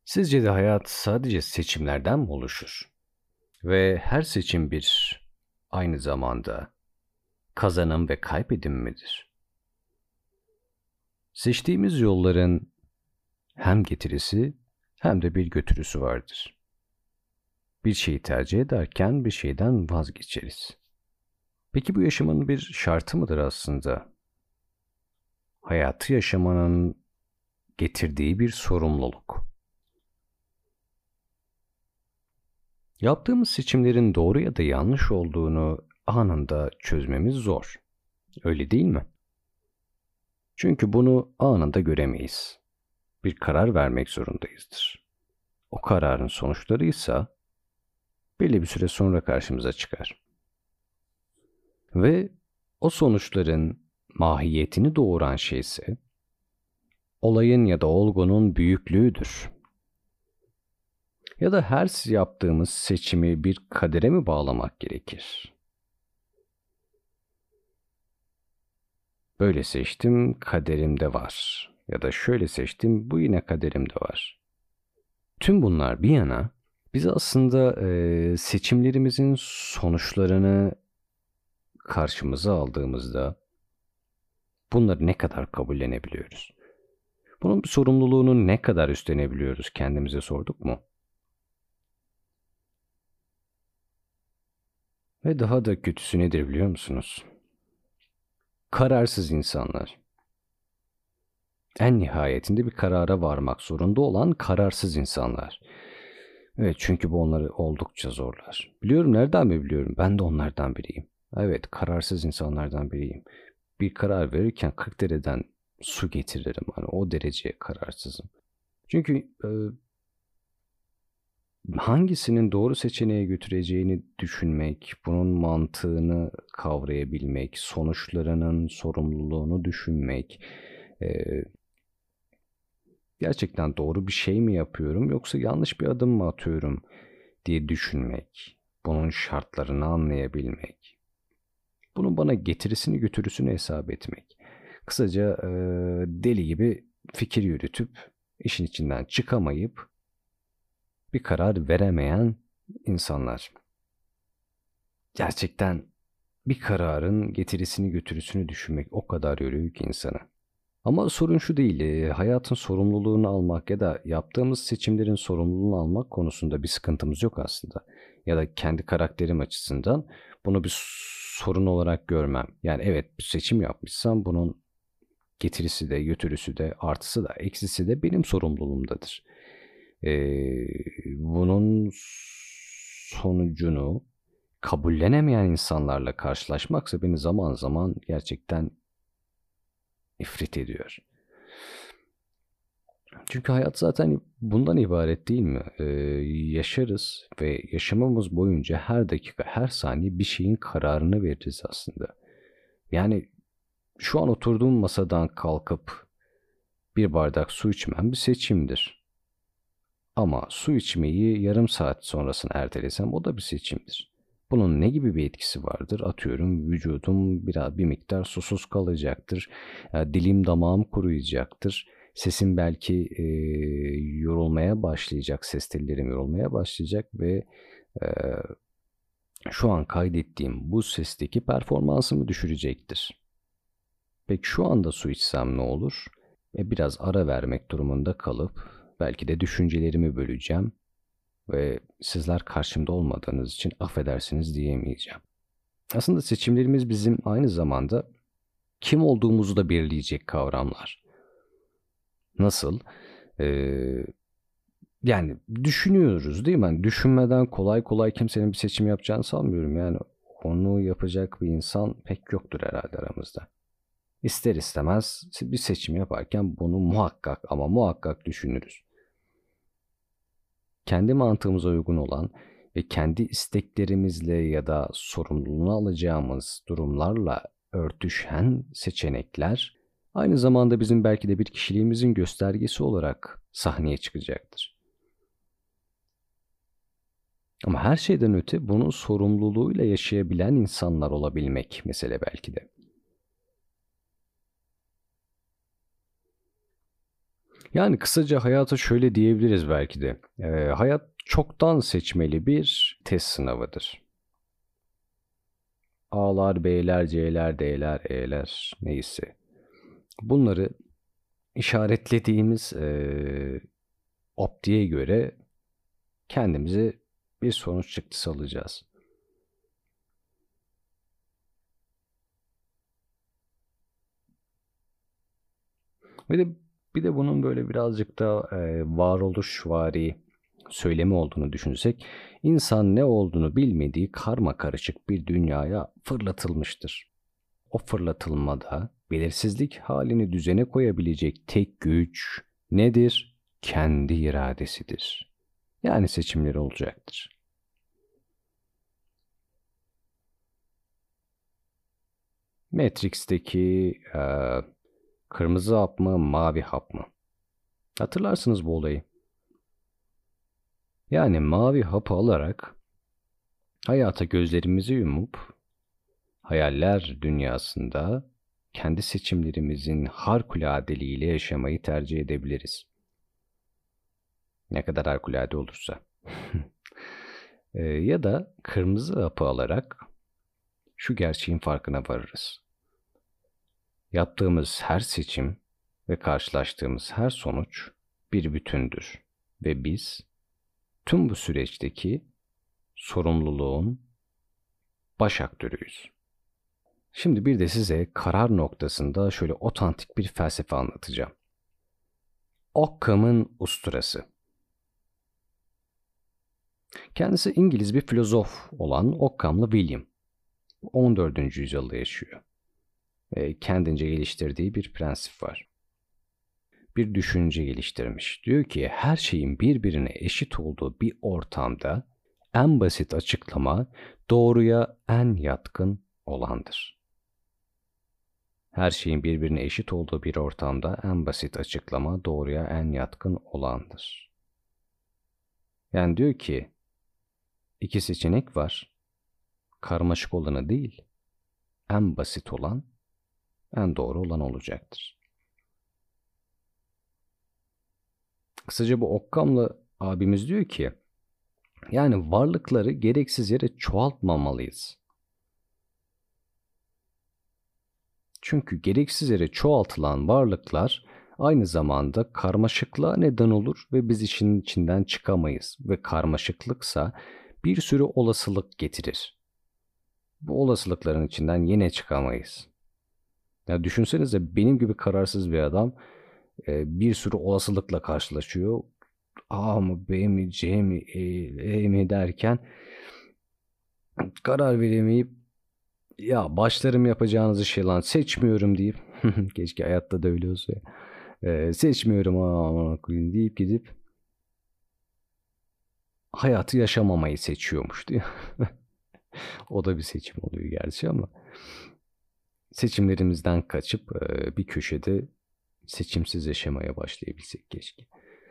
Sizce de hayat sadece seçimlerden mi oluşur? Ve her seçim aynı zamanda kazanım ve kaybedim midir? Seçtiğimiz yolların hem getirisi hem de bir götürüsü vardır. Bir şeyi tercih ederken bir şeyden vazgeçeriz. Peki bu yaşamın bir şartı mıdır aslında? Hayatı yaşamanın getirdiği bir sorumluluk. Yaptığımız seçimlerin doğru ya da yanlış olduğunu anında çözmemiz zor. Öyle değil mi? Çünkü bunu anında göremeyiz. Bir karar vermek zorundayızdır. O kararın sonuçları ise belli bir süre sonra karşımıza çıkar. Ve o sonuçların mahiyetini doğuran şey ise olayın ya da olgunun büyüklüğüdür. Ya da her yaptığımız seçimi bir kadere mi bağlamak gerekir? Böyle seçtim, kaderimde var. Ya da şöyle seçtim, bu yine kaderimde var. Tüm bunlar bir yana, biz aslında seçimlerimizin sonuçlarını karşımıza aldığımızda bunları ne kadar kabullenebiliyoruz? Bunun sorumluluğunu ne kadar üstlenebiliyoruz kendimize sorduk mu? Ve daha da kötüsü nedir biliyor musunuz? Kararsız insanlar. En nihayetinde bir karara varmak zorunda olan kararsız insanlar. Evet, çünkü bu onları oldukça zorlar. Biliyorum, nereden mi biliyorum? Ben de onlardan biriyim. Evet, kararsız insanlardan biriyim. Bir karar verirken 40 dereden su getiririm. Hani o derece kararsızım. Çünkü hangisinin doğru seçeneğe götüreceğini düşünmek, bunun mantığını kavrayabilmek, sonuçlarının sorumluluğunu düşünmek, gerçekten doğru bir şey mi yapıyorum yoksa yanlış bir adım mı atıyorum diye düşünmek, bunun şartlarını anlayabilmek, bunun bana getirisini götürüsünü hesap etmek. Kısaca deli gibi fikir yürütüp işin içinden çıkamayıp bir karar veremeyen insanlar. Gerçekten bir kararın getirisini götürüsünü düşünmek o kadar yoruyor ki insana. Ama sorun şu değil, hayatın sorumluluğunu almak ya da yaptığımız seçimlerin sorumluluğunu almak konusunda bir sıkıntımız yok aslında. Ya da kendi karakterim açısından bunu bir sorun olarak görmem. Yani evet, bir seçim yapmışsam bunun getirisi de, götürüsü de, artısı da, eksisi de benim sorumluluğumdadır. Bunun sonucunu kabullenemeyen insanlarla karşılaşmaksa beni zaman zaman gerçekten ifrit ediyor. Çünkü hayat zaten bundan ibaret değil mi? Yaşarız ve yaşamamız boyunca her dakika, her saniye bir şeyin kararını veririz aslında. Yani şu an oturduğum masadan kalkıp bir bardak su içmem bir seçimdir. Ama su içmeyi yarım saat sonrasına ertelesem o da bir seçimdir. Bunun ne gibi bir etkisi vardır? Atıyorum, vücudum bir miktar susuz kalacaktır. Dilim damağım kuruyacaktır. Sesim belki yorulmaya başlayacak, ses tellerim yorulmaya başlayacak ve e, şu an kaydettiğim bu sesteki performansımı düşürecektir. Peki şu anda su içsem ne olur? Biraz ara vermek durumunda kalıp belki de düşüncelerimi böleceğim ve sizler karşımda olmadığınız için affedersiniz diyemeyeceğim. Aslında seçimlerimiz bizim aynı zamanda kim olduğumuzu da belirleyecek kavramlar. Nasıl? Yani düşünüyoruz değil mi? Yani düşünmeden kolay kolay kimsenin bir seçim yapacağını sanmıyorum. Yani onu yapacak bir insan pek yoktur herhalde aramızda. İster istemez bir seçim yaparken bunu muhakkak ama muhakkak düşünürüz. Kendi mantığımıza uygun olan ve kendi isteklerimizle ya da sorumluluğunu alacağımız durumlarla örtüşen seçenekler aynı zamanda bizim belki de bir kişiliğimizin göstergesi olarak sahneye çıkacaktır. Ama her şeyden öte bunun sorumluluğuyla yaşayabilen insanlar olabilmek mesele belki de. Yani kısaca hayata şöyle diyebiliriz belki de. Hayat çoktan seçmeli bir test sınavıdır. A'lar, B'ler, C'ler, D'ler, E'ler neyse. Bunları işaretlediğimiz optiğe göre kendimize bir sonuç çıktısı alacağız. Bir de bunun böyle birazcık da varoluşvari söylemi olduğunu düşünsek, insan ne olduğunu bilmediği karma karışık bir dünyaya fırlatılmıştır. O fırlatılmada belirsizlik halini düzene koyabilecek tek güç nedir? Kendi iradesidir. Yani seçimleri olacaktır. Matrix'teki kırmızı hap mı, mavi hap mı? Hatırlarsınız bu olayı. Yani mavi hapı alarak hayata gözlerimizi yumup hayaller dünyasında kendi seçimlerimizin harikuladeliğiyle yaşamayı tercih edebiliriz. Ne kadar harikulade olursa. Ya da kırmızı hapı alarak şu gerçeğin farkına varırız. Yaptığımız her seçim ve karşılaştığımız her sonuç bir bütündür ve biz tüm bu süreçteki sorumluluğun baş aktörüyüz. Şimdi bir de size karar noktasında şöyle otantik bir felsefe anlatacağım. Occam'ın usturası. Kendisi İngiliz bir filozof olan Occam'lı William. 14. yüzyılda yaşıyor. Kendince geliştirdiği bir prensip var. Bir düşünce geliştirmiş. Diyor ki her şeyin birbirine eşit olduğu bir ortamda en basit açıklama doğruya en yatkın olandır. Her şeyin birbirine eşit olduğu bir ortamda en basit açıklama doğruya en yatkın olandır. Yani diyor ki iki seçenek var. Karmaşık olanı değil, en basit olan, en doğru olan olacaktır. Kısaca bu Occam'lı abimiz diyor ki, yani varlıkları gereksiz yere çoğaltmamalıyız. Çünkü gereksiz yere çoğaltılan varlıklar aynı zamanda karmaşıklığa neden olur ve biz işin içinden çıkamayız. Ve karmaşıklıksa bir sürü olasılık getirir. Bu olasılıkların içinden yine çıkamayız. Ya düşünsenize benim gibi kararsız bir adam bir sürü olasılıkla karşılaşıyor. A mı, B mi, C mi, E mi derken karar veremeyip ya başlarım yapacağınız işi lan seçmiyorum deyip keşke hayatta da öyle olsa ya. Seçmiyorum aman koyayım deyip gidip hayatı yaşamamayı seçiyormuş diyor. O da bir seçim oluyor gerçi ama seçimlerimizden kaçıp bir köşede seçimsiz yaşamaya başlayabilsek keşke.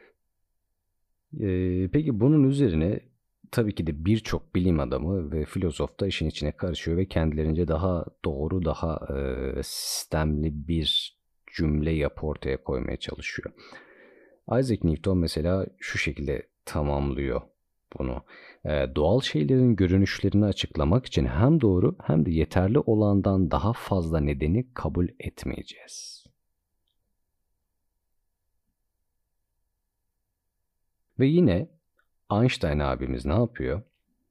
Peki bunun üzerine tabii ki de birçok bilim adamı ve filozof da işin içine karışıyor ve kendilerince daha doğru, daha sistemli bir cümle yapı ortaya koymaya çalışıyor. Isaac Newton mesela şu şekilde tamamlıyor bunu. Doğal şeylerin görünüşlerini açıklamak için hem doğru hem de yeterli olandan daha fazla nedeni kabul etmeyeceğiz. Ve yine Einstein abimiz ne yapıyor?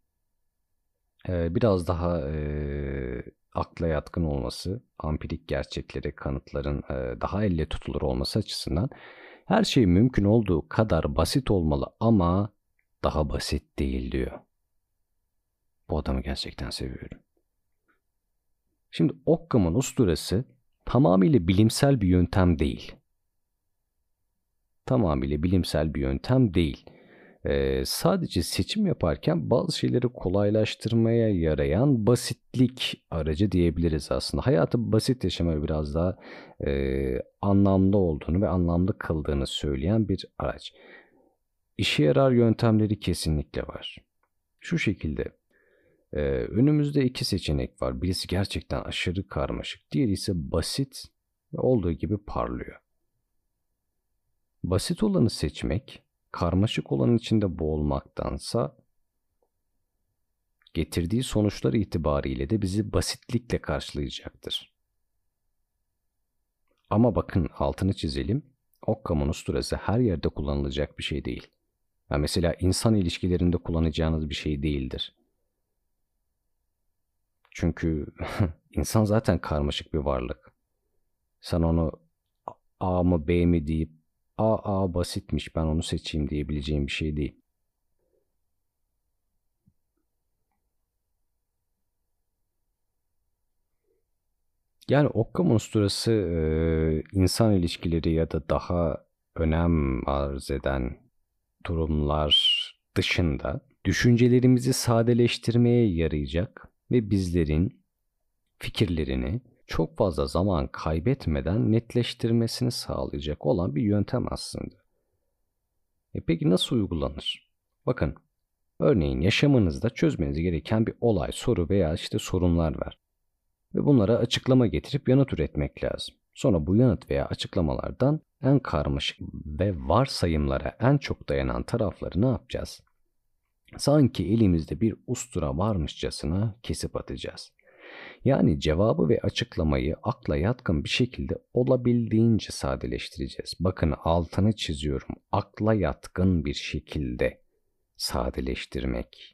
Biraz daha akla yatkın olması, ampirik gerçekleri, kanıtların daha elle tutulur olması açısından her şey mümkün olduğu kadar basit olmalı ama daha basit değil diyor. Bu adamı gerçekten seviyorum. Şimdi Occam'ın usturası tamamıyla bilimsel bir yöntem değil. Tamamıyla bilimsel bir yöntem değil. Sadece seçim yaparken bazı şeyleri kolaylaştırmaya yarayan basitlik aracı diyebiliriz aslında. Hayatı basit yaşama biraz daha anlamlı olduğunu ve anlamlı kıldığını söyleyen bir araç. İşe yarar yöntemleri kesinlikle var. Şu şekilde önümüzde iki seçenek var. Birisi gerçekten aşırı karmaşık, diğeri ise basit ve olduğu gibi parlıyor. basit olanı seçmek, karmaşık olanın içinde boğulmaktansa getirdiği sonuçlar itibariyle de bizi basitlikle karşılayacaktır. Ama bakın altını çizelim, Occam'ın usturası her yerde kullanılacak bir şey değil. Yani mesela insan ilişkilerinde kullanacağınız bir şey değildir. Çünkü insan zaten karmaşık bir varlık. Sen onu A mı B mi deyip A basitmiş ben onu seçeyim diyebileceğim bir şey değil. Yani Occam'ın usturası insan ilişkileri ya da daha önem arz eden durumlar dışında düşüncelerimizi sadeleştirmeye yarayacak ve bizlerin fikirlerini çok fazla zaman kaybetmeden netleştirmesini sağlayacak olan bir yöntem aslında. Peki nasıl uygulanır? Bakın, örneğin yaşamınızda çözmeniz gereken bir olay, soru veya işte sorunlar var. Ve bunlara açıklama getirip yanıt üretmek lazım. Sonra bu yanıt veya açıklamalardan en karmaşık ve varsayımlara en çok dayanan tarafları ne yapacağız? Sanki elimizde bir ustura varmışçasına kesip atacağız. Yani cevabı ve açıklamayı akla yatkın bir şekilde olabildiğince sadeleştireceğiz. Bakın altını çiziyorum. Akla yatkın bir şekilde sadeleştirmek.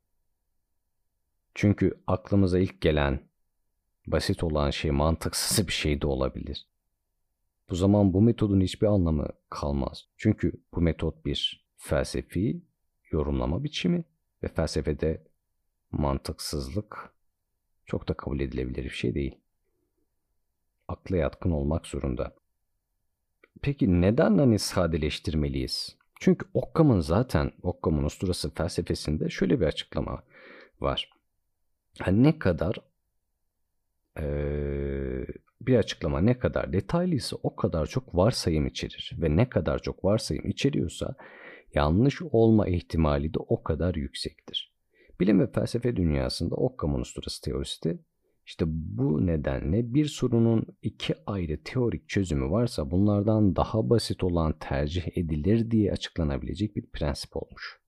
Çünkü aklımıza ilk gelen basit olan şey mantıksız bir şey de olabilir. Bu zaman bu metodun hiçbir anlamı kalmaz. Çünkü bu metot bir felsefi yorumlama biçimi ve felsefede mantıksızlık çok da kabul edilebilir bir şey değil. Akla yatkın olmak zorunda. Peki neden sadeleştirmeliyiz? Çünkü Occam'ın usturası felsefesinde şöyle bir açıklama var. Ne kadar bir açıklama ne kadar detaylıysa o kadar çok varsayım içerir ve ne kadar çok varsayım içeriyorsa yanlış olma ihtimali de o kadar yüksektir. Bilim ve felsefe dünyasında Occam'ın usturası teorisi de işte bu nedenle bir sorunun iki ayrı teorik çözümü varsa bunlardan daha basit olan tercih edilir diye açıklanabilecek bir prensip olmuş.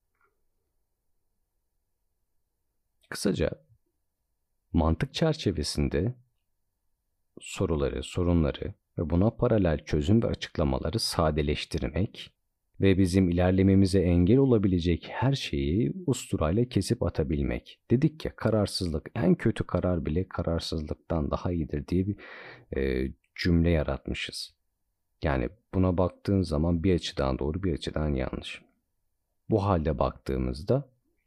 Kısaca mantık çerçevesinde soruları, sorunları ve buna paralel çözüm ve açıklamaları sadeleştirmek ve bizim ilerlememize engel olabilecek her şeyi usturayla kesip atabilmek. Dedik ya kararsızlık, en kötü karar bile kararsızlıktan daha iyidir diye bir cümle yaratmışız. Yani buna baktığın zaman bir açıdan doğru bir açıdan yanlış. Bu halde baktığımızda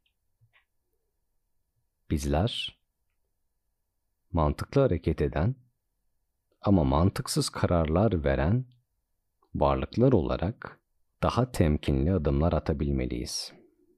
bizler mantıklı hareket eden ama mantıksız kararlar veren varlıklar olarak daha temkinli adımlar atabilmeliyiz.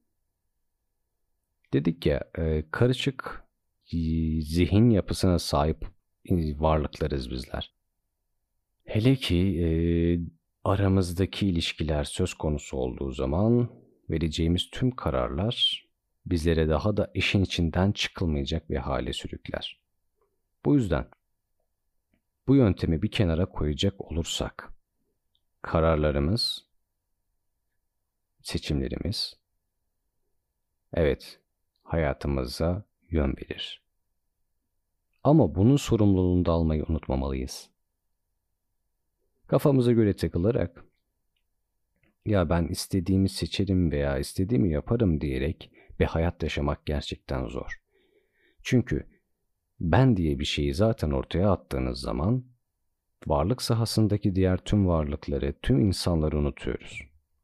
Dedik ya, karışık zihin yapısına sahip varlıklarız bizler. Hele ki aramızdaki ilişkiler söz konusu olduğu zaman vereceğimiz tüm kararlar bizlere daha da işin içinden çıkılmayacak bir hale sürükler. Bu yüzden bu yöntemi bir kenara koyacak olursak kararlarımız, seçimlerimiz, evet, hayatımıza yön verir. Ama bunun sorumluluğunu da almayı unutmamalıyız. Kafamıza göre takılarak, ya ben istediğimi seçerim veya istediğimi yaparım diyerek bir hayat yaşamak gerçekten zor. Çünkü ben diye bir şeyi zaten ortaya attığınız zaman varlık sahasındaki diğer tüm varlıkları, tüm insanları unutuyoruz.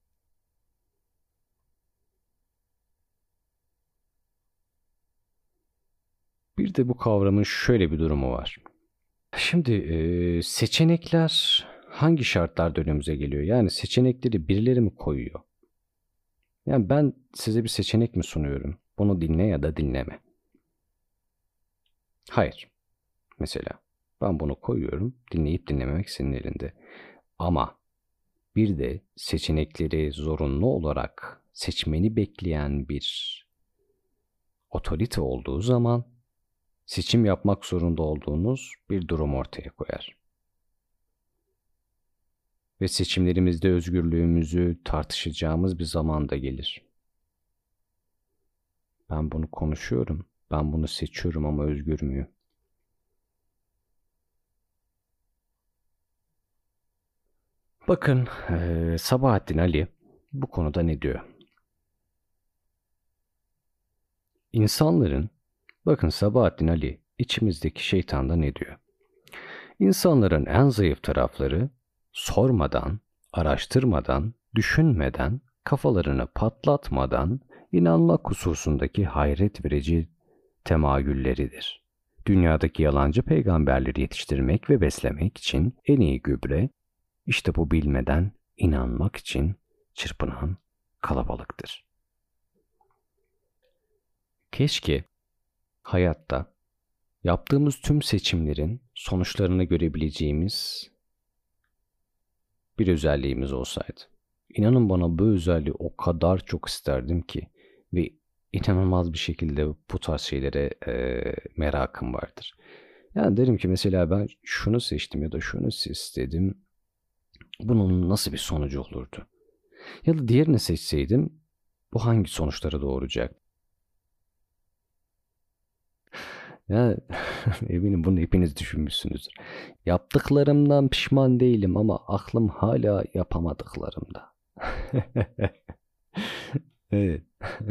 Bir de bu kavramın şöyle bir durumu var. Şimdi seçenekler hangi şartlarda önümüze geliyor? Yani seçenekleri birileri mi koyuyor? Yani ben size bir seçenek mi sunuyorum? Bunu dinle ya da dinleme. Hayır. Mesela ben bunu koyuyorum, dinleyip dinlememek senin elinde. Ama bir de seçenekleri zorunlu olarak seçmeni bekleyen bir otorite olduğu zaman seçim yapmak zorunda olduğunuz bir durum ortaya koyar. Ve seçimlerimizde özgürlüğümüzü tartışacağımız bir zaman da gelir. Ben bunu konuşuyorum, ben bunu seçiyorum ama özgür müyüm? Bakın, Sabahattin Ali bu konuda ne diyor? İnsanların, bakın Sabahattin Ali içimizdeki şeytanda ne diyor? İnsanların en zayıf tarafları sormadan, araştırmadan, düşünmeden, kafalarını patlatmadan inanmak hususundaki hayret verici temayülleridir. Dünyadaki yalancı peygamberleri yetiştirmek ve beslemek için en iyi gübre, işte bu bilmeden inanmak için çırpınan kalabalıktır. Keşke hayatta yaptığımız tüm seçimlerin sonuçlarını görebileceğimiz bir özelliğimiz olsaydı. İnanın bana bu özelliği o kadar çok isterdim ki ve inanılmaz bir şekilde bu tarz şeylere merakım vardır. Yani derim ki mesela ben şunu seçtim ya da şunu istedim. Bunun nasıl bir sonucu olurdu? Ya da diğerini seçseydim bu hangi sonuçlara doğuracak? Ya eminim bunu hepiniz düşünmüşsünüzdür. Yaptıklarımdan pişman değilim ama aklım hala yapamadıklarımda. Evet.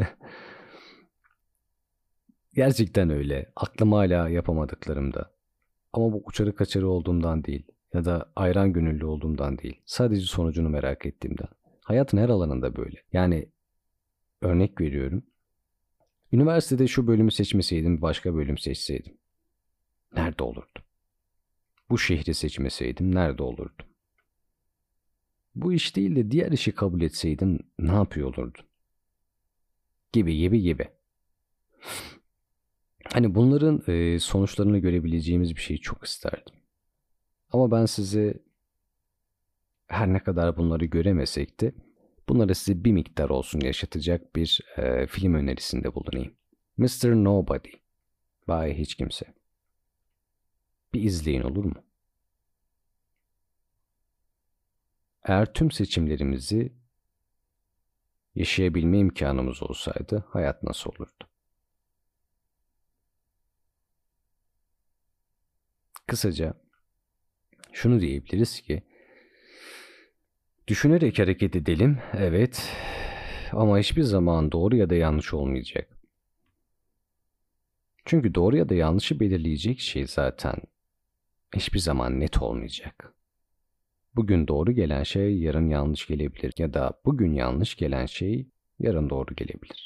Gerçekten öyle. Aklım hala yapamadıklarımda. Ama bu uçarı kaçarı olduğumdan değil ya da ayran gönüllü olduğumdan değil. Sadece sonucunu merak ettiğimden. Hayatın her alanında böyle. Yani örnek veriyorum. Üniversitede şu bölümü seçmeseydim, başka bölüm seçseydim. Nerede olurdum? Bu şehri seçmeseydim nerede olurdum? Bu iş değil de diğer işi kabul etseydim ne yapıyor olurdum? Gibi gibi gibi. Hani bunların sonuçlarını görebileceğimiz bir şeyi çok isterdim. Ama ben size her ne kadar bunları göremesek de bunları size bir miktar olsun yaşatacak bir film önerisinde bulunayım. Mr. Nobody, Bay Hiç Kimse. Bir izleyin olur mu? Eğer tüm seçimlerimizi yaşayabilme imkanımız olsaydı hayat nasıl olurdu? Kısaca şunu diyebiliriz ki düşünerek hareket edelim, evet, ama hiçbir zaman doğru ya da yanlış olmayacak. Çünkü doğru ya da yanlışı belirleyecek şey zaten hiçbir zaman net olmayacak. Bugün doğru gelen şey yarın yanlış gelebilir ya da bugün yanlış gelen şey yarın doğru gelebilir.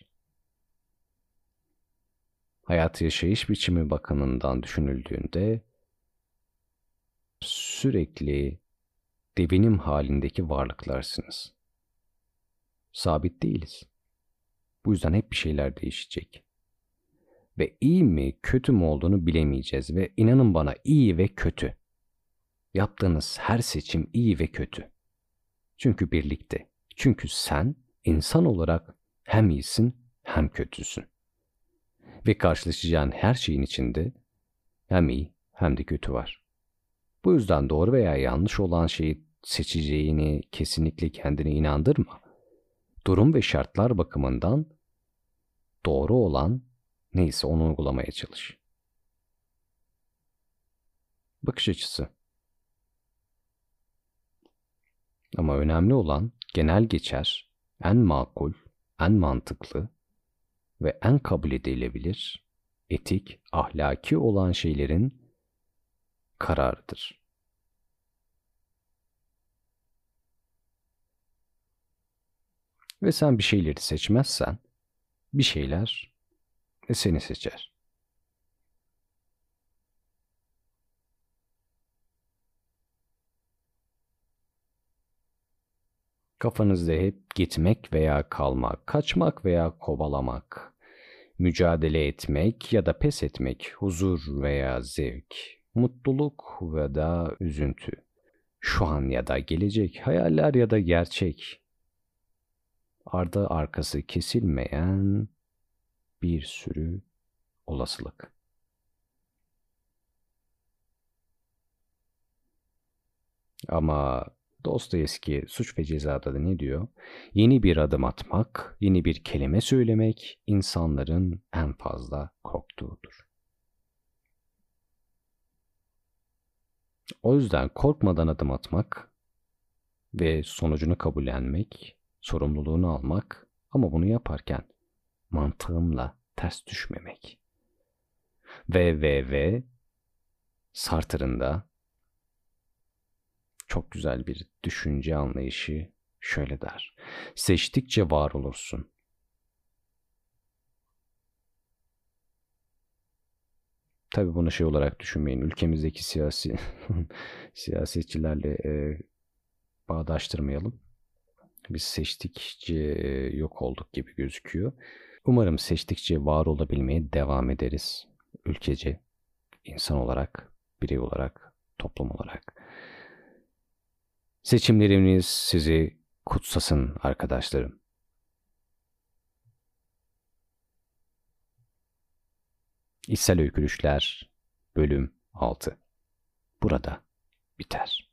Hayat yaşayış biçimi bakımından düşünüldüğünde sürekli devinim halindeki varlıklarsınız. Sabit değiliz. Bu yüzden hep bir şeyler değişecek. Ve iyi mi kötü mü olduğunu bilemeyeceğiz ve inanın bana iyi ve kötü. Yaptığınız her seçim iyi ve kötü. Çünkü birlikte. Çünkü sen insan olarak hem iyisin hem kötüsün. Ve karşılaşacağın her şeyin içinde hem iyi hem de kötü var. Bu yüzden doğru veya yanlış olan şeyi seçeceğini kesinlikle kendine inandırma. Durum ve şartlar bakımından doğru olan neyse onu uygulamaya çalış. Bakış açısı. Ama önemli olan genel geçer, en makul, en mantıklı ve en kabul edilebilir, etik, ahlaki olan şeylerin kararıdır. Ve sen bir şeyleri seçmezsen, bir şeyler seni seçer. Kafanızda hep gitmek veya kalmak, kaçmak veya kovalamak, mücadele etmek ya da pes etmek, huzur veya zevk, mutluluk ve da üzüntü, şu an ya da gelecek, hayaller ya da gerçek, ardı arkası kesilmeyen bir sürü olasılık. Ama Dostoyevski Suç ve Ceza'da da ne diyor? Yeni bir adım atmak, yeni bir kelime söylemek insanların en fazla korktuğudur. O yüzden korkmadan adım atmak ve sonucunu kabullenmek, sorumluluğunu almak ama bunu yaparken mantığımla ters düşmemek. Ve Sartre'ın da çok güzel bir düşünce anlayışı şöyle der. Seçtikçe var olursun. Tabii bunu şey olarak düşünmeyin. Ülkemizdeki siyasetçilerle bağdaştırmayalım. Biz seçtikçe yok olduk gibi gözüküyor. Umarım seçtikçe var olabilmeye devam ederiz. Ülkece, insan olarak, birey olarak, toplum olarak. Seçimleriniz sizi kutsasın arkadaşlarım. İçsel Öykürüşler bölüm 6 burada biter.